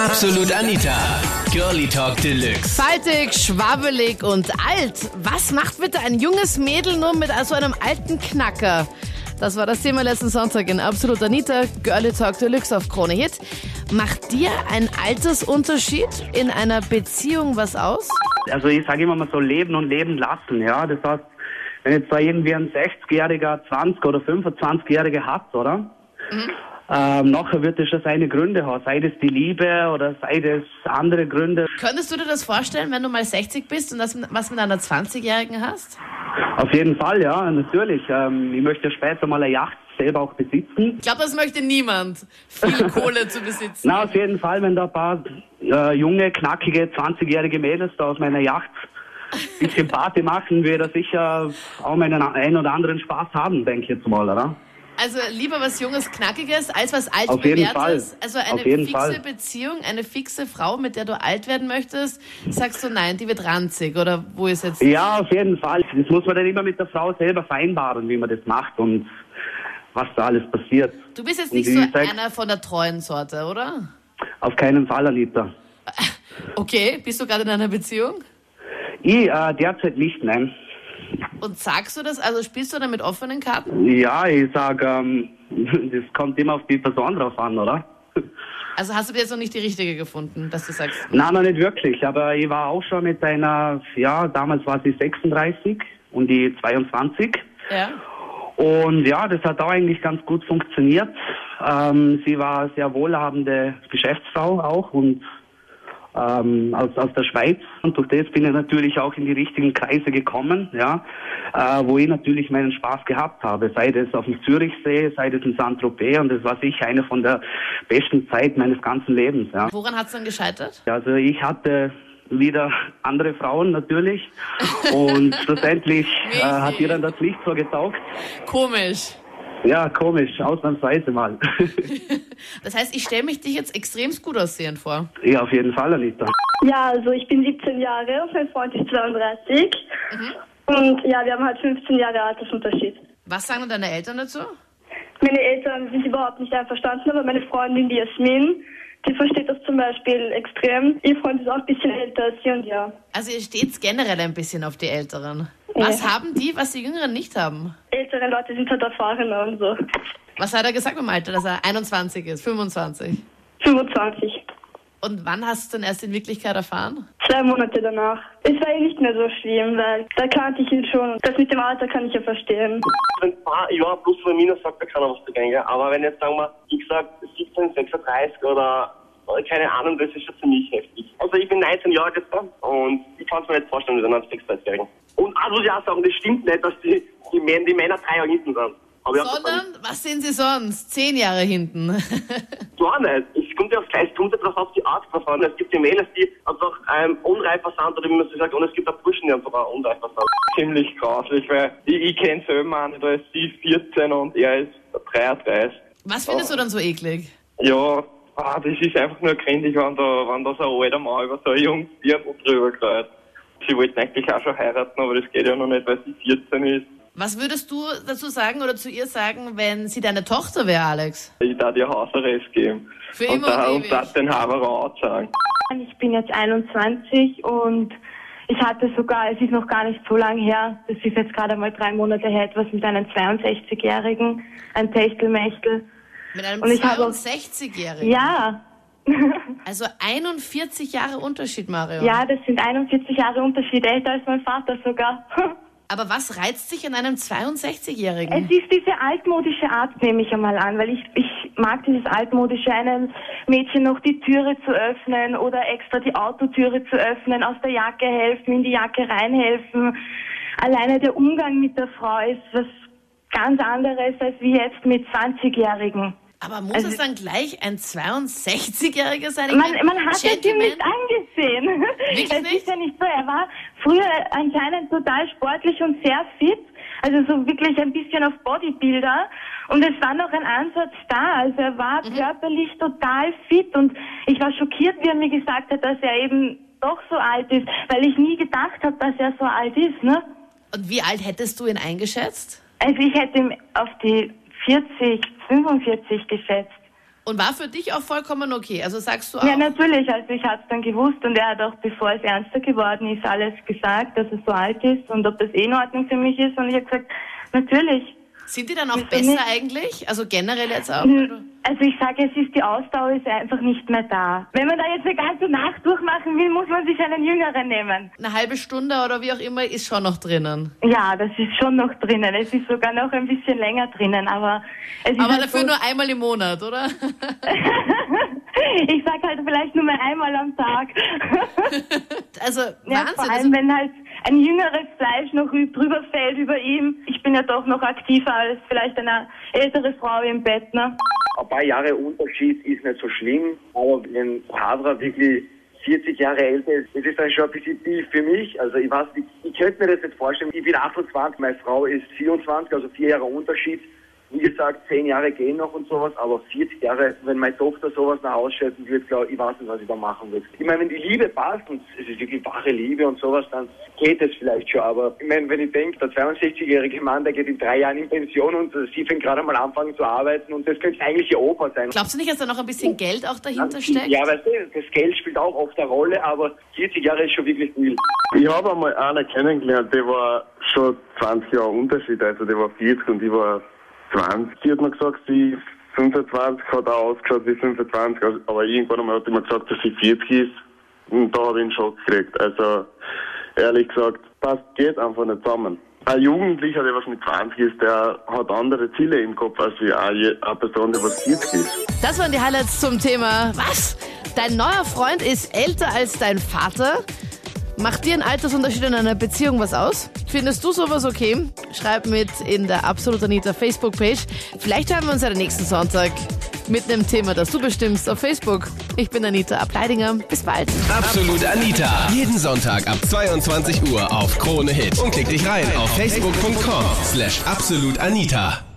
Absolut Anita. Girlie Talk Deluxe. Faltig, schwabbelig und alt. Was macht bitte ein junges Mädel nur mit so einem alten Knacker? Das war das Thema letzten Sonntag in Absolut Anita, Girlie Talk Deluxe auf Krone Hit. Macht dir ein Altersunterschied in einer Beziehung was aus? Also ich sage immer mal so leben und leben lassen, ja. Das heißt, wenn jetzt da irgendwie ein 60-Jähriger 20 oder 25-Jährige hat, oder? Nachher wird es schon seine Gründe haben, sei das die Liebe oder sei das andere Gründe. Könntest du dir das vorstellen, wenn du mal 60 bist und das was mit einer 20-Jährigen hast? Auf jeden Fall, ja, natürlich. Ich möchte später mal eine Yacht selber auch besitzen. Ich glaube, das möchte niemand, viel Kohle zu besitzen. Na, auf jeden Fall, wenn da ein paar junge, knackige, 20-jährige Mädels da aus meiner Yacht ein bisschen Party machen, wird er sicher auch mal einen oder anderen Spaß haben, denke ich jetzt mal, oder? Also lieber was Junges, Knackiges, als was Auf jeden Altbewährtes. Fall. Also eine Auf jeden fixe Fall. Beziehung, eine fixe Frau, mit der du alt werden möchtest, sagst du nein, die wird ranzig, oder wo ist jetzt... Ja, auf jeden Fall. Das muss man dann immer mit der Frau selber vereinbaren, wie man das macht und was da alles passiert. Du bist jetzt Und nicht wie so gesagt, einer von der treuen Sorte, oder? Auf keinen Fall, Anita. Okay, bist du gerade in einer Beziehung? Ich derzeit nicht, nein. Und sagst du das, also spielst du da mit offenen Karten? Ja, ich sag, das kommt immer auf die Person drauf an, oder? Also hast du dir jetzt noch nicht die richtige gefunden, dass du sagst... Nein, noch nicht wirklich, aber ich war auch schon mit einer, ja, damals war sie 36 und die 22. Ja. Und ja, das hat auch eigentlich ganz gut funktioniert. Sie war eine sehr wohlhabende Geschäftsfrau auch und aus der Schweiz. Und durch das bin ich natürlich auch in die richtigen Kreise gekommen, ja, wo ich natürlich meinen Spaß gehabt habe. Sei das auf dem Zürichsee, sei das in Saint-Tropez, und das war sicher eine von der besten Zeit meines ganzen Lebens. Ja. Woran hat es dann gescheitert? Also ich hatte wieder andere Frauen natürlich und schlussendlich hat ihr dann das Licht so getaugt. Komisch. Ja, komisch, ausnahmsweise mal. Das heißt, ich stelle mich dich jetzt extremst gut aussehend vor. Ja, auf jeden Fall, Anita. Ja, also ich bin 17 Jahre und mein Freund ist 32. Und ja, wir haben halt 15 Jahre Altersunterschied. Was sagen denn deine Eltern dazu? Meine Eltern sind überhaupt nicht einverstanden, aber meine Freundin, die Jasmin, die versteht das zum Beispiel extrem. Ihr Freund ist auch ein bisschen älter als sie und ja. Also ihr steht generell ein bisschen auf die Älteren. Was haben die, was die Jüngeren nicht haben? Ältere Leute sind halt erfahrener und so. Was hat er gesagt im Alter, dass er 21 ist, 25? 25. Und wann hast du denn erst in Wirklichkeit erfahren? 2 Monate danach. Es war nicht mehr so schlimm, weil da kannte ich ihn schon. Das mit dem Alter kann ich ja verstehen. Ein paar Jahre plus oder minus sagt da keiner was dagegen. Aber wenn jetzt, sagen wir, ich sag 17, 36 oder keine Ahnung, das ist schon ziemlich heftig. Also ich bin 19 Jahre jetzt da und ich kann es mir nicht vorstellen mit einer 36-Jährigen. Und also muss ich auch sagen, das stimmt nicht, dass die Männer 3 Jahre hinten sind. Sondern, was sind sie sonst? 10 Jahre hinten. Gar nicht. Es kommt ja aufs Gleiche, es kommt ja drauf auf die Art drauf an. Es gibt die Mädels, die einfach unreifer sind, oder wie man so sagt, und es gibt auch Burschen, die einfach auch unreifer sind. Ziemlich grauslich, weil ich kenne selber einen, da ist sie 14 und er ist 33. Was findest du dann so eklig? Ja, das ist einfach nur gründig, wenn da so ein alter Mann über so ein junges Dirndl drüber kreist. Sie wollten eigentlich auch schon heiraten, aber das geht ja noch nicht, weil sie 14 ist. Was würdest du dazu sagen oder zu ihr sagen, wenn sie deine Tochter wäre, Alex? Ich darf ihr Hausarrest geben. Für immer und ewig. Und das den Haberer anzeigen. Ich bin jetzt 21 und ich hatte sogar, es ist noch gar nicht so lange her, das ist jetzt gerade mal 3 Monate her, etwas mit einem 62-Jährigen, ein Techtelmechtel. Mit einem Und ich habe 62-Jährigen? Ja. Also 41 Jahre Unterschied, Mario. Ja, das sind 41 Jahre Unterschied, älter als mein Vater sogar. Aber was reizt sich an einem 62-Jährigen? Es ist diese altmodische Art, nehme ich einmal an, weil ich mag dieses altmodische, einem Mädchen noch die Türe zu öffnen oder extra die Autotüre zu öffnen, aus der Jacke helfen, in die Jacke reinhelfen. Alleine der Umgang mit der Frau ist was ganz anderes als wie jetzt mit 20-Jährigen. Aber muss es dann gleich ein 62-Jähriger sein? Man hat es ihm nicht angesehen. Wirklich Es nicht? ist ja nicht so. Er war früher anscheinend total sportlich und sehr fit. Also so wirklich ein bisschen auf Bodybuilder. Und es war noch ein Ansatz da. Also er war körperlich total fit. Und ich war schockiert, wie er mir gesagt hat, dass er eben doch so alt ist. Weil ich nie gedacht habe, dass er so alt ist. Ne? Und wie alt hättest du ihn eingeschätzt? Also ich hätte ihn auf die 40, 45 geschätzt. Und war für dich auch vollkommen okay? Also sagst du auch... Ja, natürlich. Also ich habe es dann gewusst und er hat auch, bevor es ernster geworden ist, alles gesagt, dass es so alt ist und ob das in Ordnung für mich ist. Und ich habe gesagt, natürlich. Sind die dann auch besser eigentlich? Also generell jetzt auch? Oder? Also ich sage, die Ausdauer ist einfach nicht mehr da. Wenn man da jetzt eine ganze Nacht durchmachen will, muss man sich einen Jüngeren nehmen. Eine halbe Stunde oder wie auch immer ist schon noch drinnen. Ja, das ist schon noch drinnen. Es ist sogar noch ein bisschen länger drinnen, aber es ist aber halt dafür nur einmal im Monat, oder? Ich sag halt vielleicht nur mal einmal am Tag. Also ja, Wahnsinn. Vor allem, wenn halt ein jüngeres Fleisch noch drüber fällt über ihm. Ich bin ja doch noch aktiver als vielleicht eine ältere Frau im Bett, ne? Ein paar Jahre Unterschied ist nicht so schlimm, aber wenn Hadra wirklich 40 Jahre älter ist, das ist dann schon ein bisschen tief für mich. Also ich weiß nicht, ich könnte mir das nicht vorstellen. Ich bin 28, meine Frau ist 24, also 4 Jahre Unterschied. Wie gesagt, 10 Jahre gehen noch und sowas, aber 40 Jahre, wenn meine Tochter sowas nach Hause schleppen würde, glaube ich, weiß nicht, was ich da machen würde. Ich meine, wenn die Liebe passt und es ist wirklich wahre Liebe und sowas, dann geht es vielleicht schon. Aber ich meine, wenn ich denke, der 62-jährige Mann, der geht in 3 Jahren in Pension und sie fängt gerade mal anfangen zu arbeiten und das könnte eigentlich ihr Opa sein. Glaubst du nicht, dass da noch ein bisschen Geld auch dahinter steckt? Ja, weißt du, das Geld spielt auch oft eine Rolle, aber 40 Jahre ist schon wirklich viel. Ich habe einmal eine kennengelernt, die war schon 20 Jahre Unterschied, also die war 40 und ich war 20. Sie hat mir gesagt, sie 25, hat auch ausgeschaut wie 25, aber irgendwann einmal hat sie mir gesagt, dass sie 40 ist und da habe ich einen Schock gekriegt. Also ehrlich gesagt, das geht einfach nicht zusammen. Ein Jugendlicher, der was mit 20 ist, der hat andere Ziele im Kopf als wie eine Person, die was 40 ist. Das waren die Highlights zum Thema, was? Dein neuer Freund ist älter als dein Vater? Macht dir ein Altersunterschied in einer Beziehung was aus? Findest du sowas okay? Schreib mit in der Absolut Anita Facebook-Page. Vielleicht hören wir uns ja den nächsten Sonntag mit einem Thema, das du bestimmst auf Facebook. Ich bin Anita Ableidinger. Bis bald. Absolut Anita. Jeden Sonntag ab 22 Uhr auf Krone Hit. Und klick dich rein auf facebook.com/absolutanita.